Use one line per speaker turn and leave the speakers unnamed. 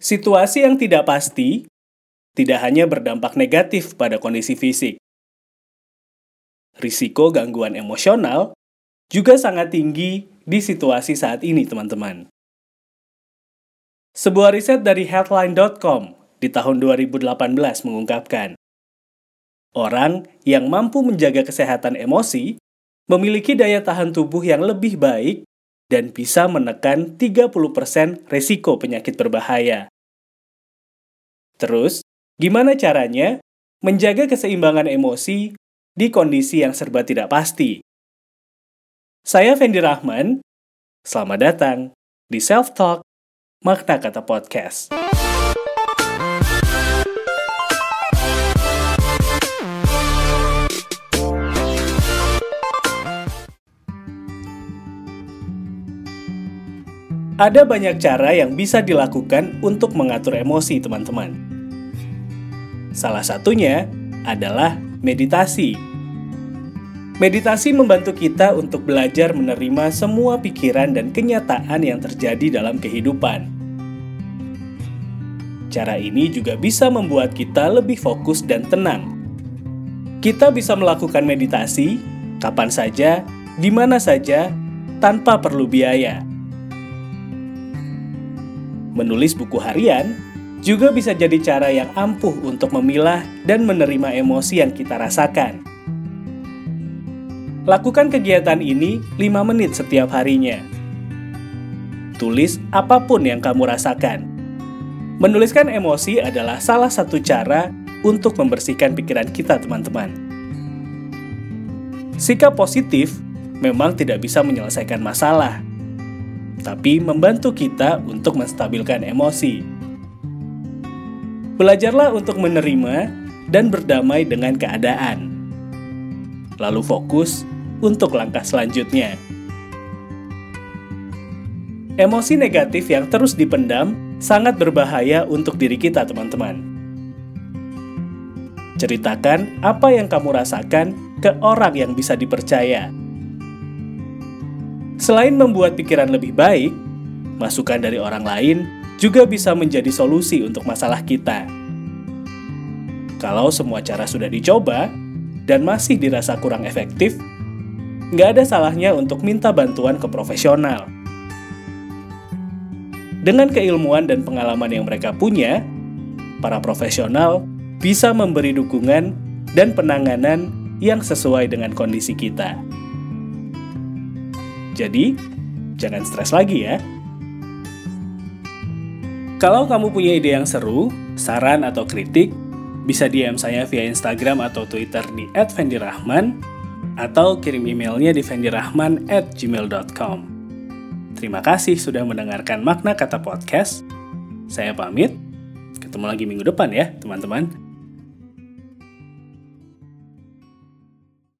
Situasi yang tidak pasti tidak hanya berdampak negatif pada kondisi fisik. Risiko gangguan emosional juga sangat tinggi di situasi saat ini, teman-teman. Sebuah riset dari Healthline.com di tahun 2018 mengungkapkan, orang yang mampu menjaga kesehatan emosi memiliki daya tahan tubuh yang lebih baik dan bisa menekan 30% risiko penyakit berbahaya. Terus, gimana caranya menjaga keseimbangan emosi di kondisi yang serba tidak pasti? Saya Fendi Rahman, selamat datang di Self Talk Makna Kata Podcast. Ada banyak cara yang bisa dilakukan untuk mengatur emosi, teman-teman. Salah satunya adalah meditasi. Meditasi membantu kita untuk belajar menerima semua pikiran dan kenyataan yang terjadi dalam kehidupan. Cara ini juga bisa membuat kita lebih fokus dan tenang. Kita bisa melakukan meditasi kapan saja, di mana saja, tanpa perlu biaya. Menulis buku harian juga bisa jadi cara yang ampuh untuk memilah dan menerima emosi yang kita rasakan. Lakukan kegiatan ini 5 menit setiap harinya. Tulis apapun yang kamu rasakan. Menuliskan emosi adalah salah satu cara untuk membersihkan pikiran kita, teman-teman. Sikap positif memang tidak bisa menyelesaikan masalah, tapi membantu kita untuk menstabilkan emosi. Belajarlah untuk menerima dan berdamai dengan keadaan. Lalu fokus untuk langkah selanjutnya. Emosi negatif yang terus dipendam sangat berbahaya untuk diri kita, teman-teman. Ceritakan apa yang kamu rasakan ke orang yang bisa dipercaya. Selain membuat pikiran lebih baik, masukan dari orang lain juga bisa menjadi solusi untuk masalah kita. Kalau semua cara sudah dicoba dan masih dirasa kurang efektif, nggak ada salahnya untuk minta bantuan ke profesional. Dengan keilmuan dan pengalaman yang mereka punya, para profesional bisa memberi dukungan dan penanganan yang sesuai dengan kondisi kita. Jadi, jangan stres lagi ya. Kalau kamu punya ide yang seru, saran atau kritik, bisa DM saya via Instagram atau Twitter di @fendirahman atau kirim emailnya di fendirahman@gmail.com. Terima kasih sudah mendengarkan Makna Kata Podcast. Saya pamit. Ketemu lagi minggu depan ya, teman-teman.